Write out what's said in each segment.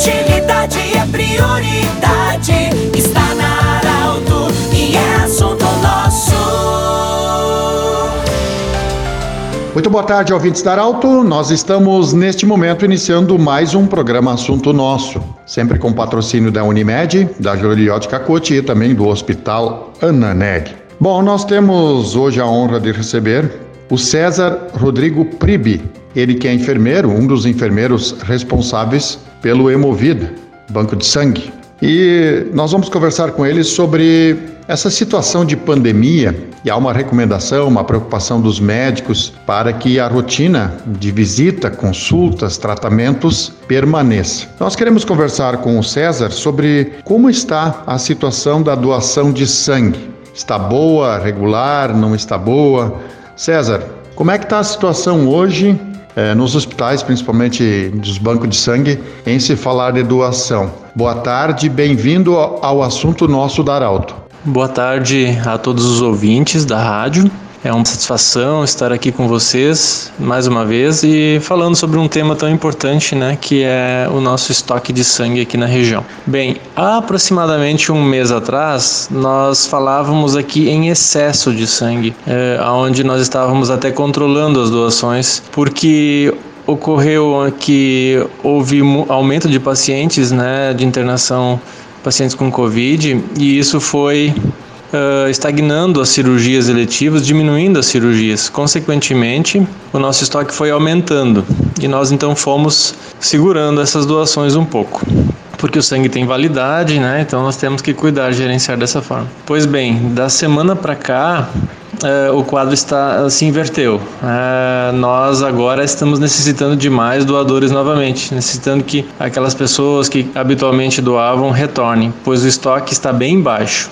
Agilidade é prioridade. Está na Arauto e é assunto nosso. Muito boa tarde, ouvintes da Arauto. Nós estamos, neste momento, iniciando mais um programa Assunto Nosso, sempre com patrocínio da Unimed, da Joliote Cacote e também do Hospital Ananeg. Bom, nós temos hoje a honra de receber o César Rodrigo Pribe, ele que é enfermeiro, um dos enfermeiros responsáveis pelo Hemovida, Banco de Sangue. E nós vamos conversar com ele sobre essa situação de pandemia, e há uma recomendação, uma preocupação dos médicos para que a rotina de visita, consultas, tratamentos permaneça. Nós queremos conversar com o César sobre como está a situação da doação de sangue. Está boa, regular, não está boa? César, como é que está a situação hoje nos hospitais, principalmente dos bancos de sangue, em se falar de doação? Boa tarde, bem-vindo ao Assunto Nosso da Arauto. Boa tarde a todos os ouvintes da rádio. É uma satisfação estar aqui com vocês mais uma vez e falando sobre um tema tão importante, né, que é o nosso estoque de sangue aqui na região. Bem, há aproximadamente um mês atrás, nós falávamos aqui em excesso de sangue, onde nós estávamos até controlando as doações, porque ocorreu que houve aumento de pacientes, né, de internação, pacientes com Covid, e isso foi estagnando as cirurgias eletivas, diminuindo as cirurgias. Consequentemente, o nosso estoque foi aumentando e nós então fomos segurando essas doações um pouco, porque o sangue tem validade, né? Então nós temos que cuidar, gerenciar dessa forma. Pois bem, da semana para cá, o quadro se inverteu. Nós agora estamos necessitando de mais doadores novamente, necessitando que aquelas pessoas que habitualmente doavam retornem, pois o estoque está bem baixo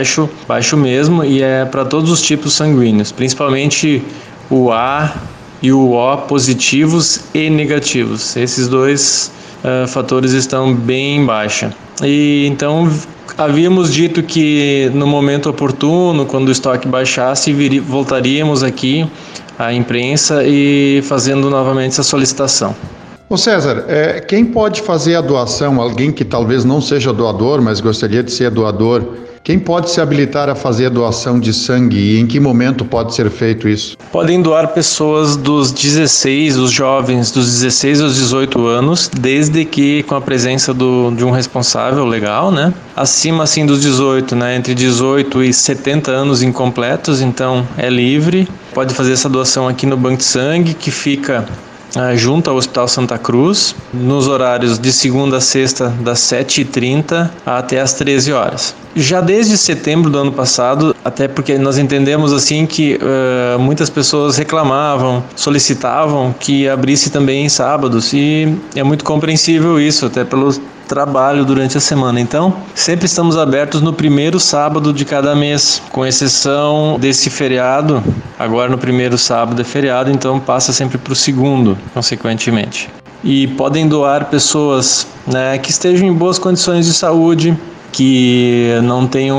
mesmo, e é para todos os tipos sanguíneos, principalmente o A e o O positivos e negativos. Esses dois fatores estão bem em baixa. E então havíamos dito que no momento oportuno, quando o estoque baixasse, voltaríamos aqui à imprensa e fazendo novamente essa solicitação. Ô César, quem pode fazer a doação? Alguém que talvez não seja doador, mas gostaria de ser doador, quem pode se habilitar a fazer a doação de sangue e em que momento pode ser feito isso? Podem doar pessoas dos 16, os jovens dos 16 aos 18 anos, desde que com a presença de um responsável legal, né? Acima assim dos 18, né? Entre 18 e 70 anos incompletos, então é livre. Pode fazer essa doação aqui no Banco de Sangue, que fica junto ao Hospital Santa Cruz, nos horários de segunda a sexta, das 7h30 até as 13 horas. Já desde setembro do ano passado, até porque nós entendemos assim que muitas pessoas reclamavam, solicitavam que abrisse também em sábados, e é muito compreensível isso, até pelo trabalho durante a semana. Então, sempre estamos abertos no primeiro sábado de cada mês, com exceção desse feriado. Agora no primeiro sábado é feriado, então passa sempre para o segundo, consequentemente. E podem doar pessoas, né, que estejam em boas condições de saúde, que não tenham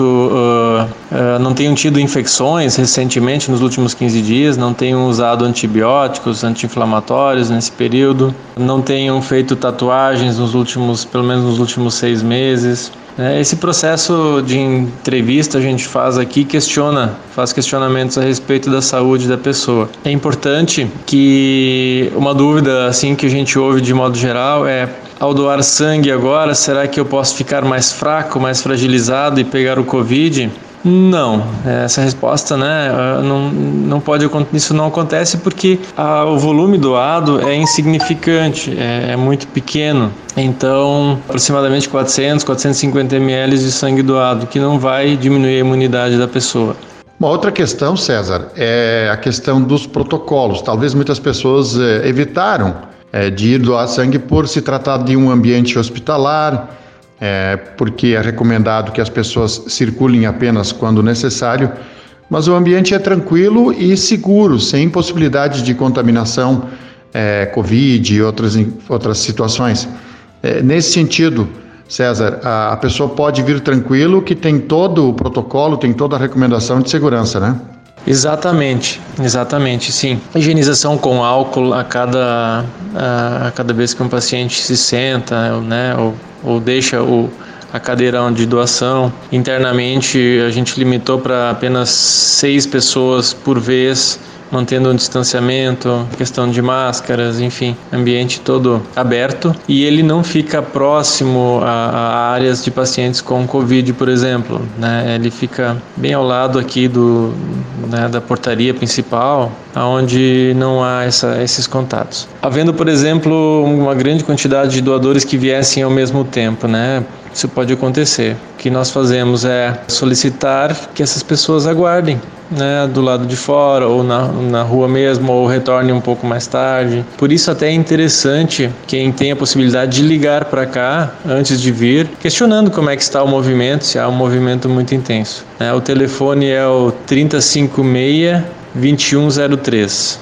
não tenham tido infecções recentemente nos últimos 15 dias, não tenham usado antibióticos, anti-inflamatórios nesse período, não tenham feito tatuagens pelo menos nos últimos 6 meses. Esse processo de entrevista a gente faz aqui, faz questionamentos a respeito da saúde da pessoa. É importante que uma dúvida assim que a gente ouve de modo geral é: ao doar sangue agora, será que eu posso ficar mais fraco, mais fragilizado e pegar o Covid? Não, essa resposta, né, não pode, isso não acontece porque o volume doado é insignificante, é muito pequeno. Então, aproximadamente 450 ml de sangue doado, que não vai diminuir a imunidade da pessoa. Uma outra questão, César, é a questão dos protocolos. Talvez muitas pessoas evitaram de ir doar sangue por se tratar de um ambiente hospitalar, porque é recomendado que as pessoas circulem apenas quando necessário, mas o ambiente é tranquilo e seguro, sem possibilidade de contaminação, Covid e outras situações. Nesse sentido, César, a pessoa pode vir tranquilo, que tem todo o protocolo, tem toda a recomendação de segurança, né? Exatamente, sim. Higienização com álcool a cada vez que um paciente se senta, né, ou deixa a cadeira de doação. Internamente a gente limitou para apenas 6 pessoas por vez, mantendo um distanciamento, questão de máscaras, enfim, ambiente todo aberto. E ele não fica próximo a áreas de pacientes com Covid, por exemplo, né? Ele fica bem ao lado aqui da portaria principal, onde não há esses contatos. Havendo, por exemplo, uma grande quantidade de doadores que viessem ao mesmo tempo, né? Isso pode acontecer. O que nós fazemos é solicitar que essas pessoas aguardem, né, do lado de fora ou na rua mesmo, ou retornem um pouco mais tarde. Por isso até é interessante quem tem a possibilidade de ligar para cá antes de vir, questionando como é que está o movimento, se há um movimento muito intenso. O telefone é o 3056-2103.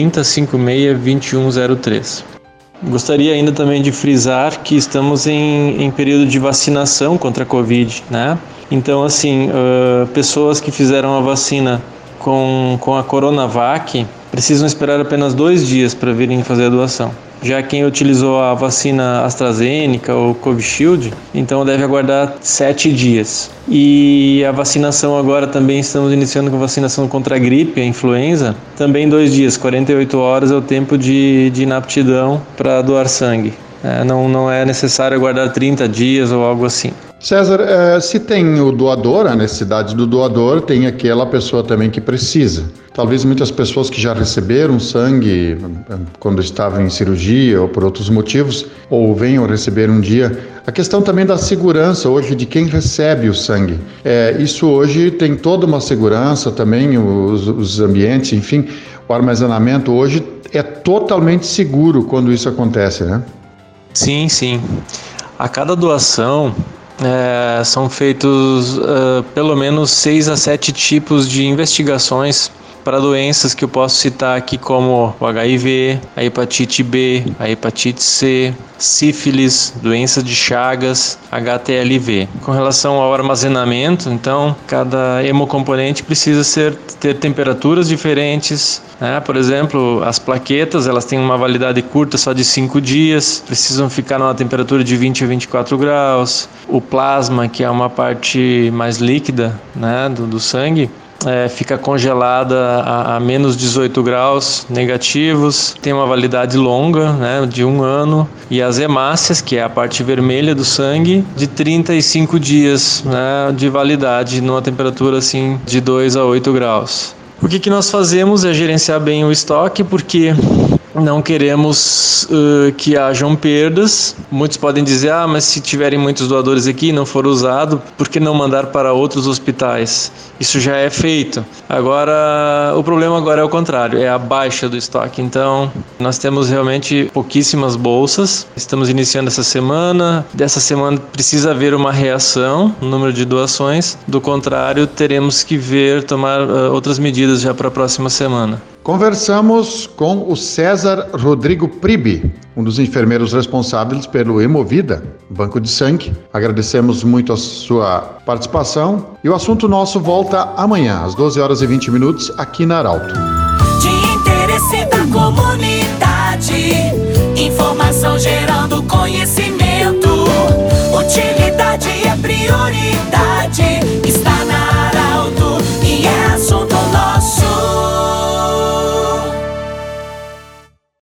3056-2103. Gostaria ainda também de frisar que estamos em período de vacinação contra a Covid, né? Então, assim, pessoas que fizeram a vacina com a Coronavac precisam esperar apenas 2 dias para virem fazer a doação. Já quem utilizou a vacina AstraZeneca ou Covishield, então deve aguardar 7 dias. E a vacinação agora também estamos iniciando com vacinação contra a gripe, a influenza, também 2 dias, 48 horas é o tempo de inaptidão para doar sangue. Não é necessário aguardar 30 dias ou algo assim. César, se tem o doador, a necessidade do doador, tem aquela pessoa também que precisa. Talvez muitas pessoas que já receberam sangue quando estavam em cirurgia ou por outros motivos, ou venham receber um dia. A questão também da segurança hoje de quem recebe o sangue. Isso hoje tem toda uma segurança também, os ambientes, enfim, o armazenamento hoje é totalmente seguro quando isso acontece, né? Sim. A cada doação são feitos pelo menos 6 a 7 tipos de investigações para doenças que eu posso citar aqui, como o HIV, a hepatite B, a hepatite C, sífilis, doença de Chagas, HTLV. Com relação ao armazenamento, então, cada hemocomponente precisa ter temperaturas diferentes, né? Por exemplo, as plaquetas, elas têm uma validade curta só de 5 dias, precisam ficar numa temperatura de 20 a 24 graus. O plasma, que é uma parte mais líquida, né, do sangue, fica congelada a menos 18 graus negativos, tem uma validade longa, né, de 1 ano, e as hemácias, que é a parte vermelha do sangue, de 35 dias, né, de validade, numa temperatura assim, de 2 a 8 graus. O que nós fazemos é gerenciar bem o estoque, porque não queremos que hajam perdas. Muitos podem dizer, mas se tiverem muitos doadores aqui e não for usado, por que não mandar para outros hospitais? Isso já é feito. Agora, o problema agora é o contrário, é a baixa do estoque. Então, nós temos realmente pouquíssimas bolsas. Estamos iniciando essa semana. Dessa semana precisa haver uma reação no número de doações. Do contrário, teremos que tomar outras medidas já para a próxima semana. Conversamos com o César Rodrigo Pribe, um dos enfermeiros responsáveis pelo Hemovida, Banco de Sangue. Agradecemos muito a sua participação e o assunto nosso volta amanhã, às 12h20, aqui na Arauto. De interesse da comunidade, informação gerando conhecimento, utilidade é prioridade.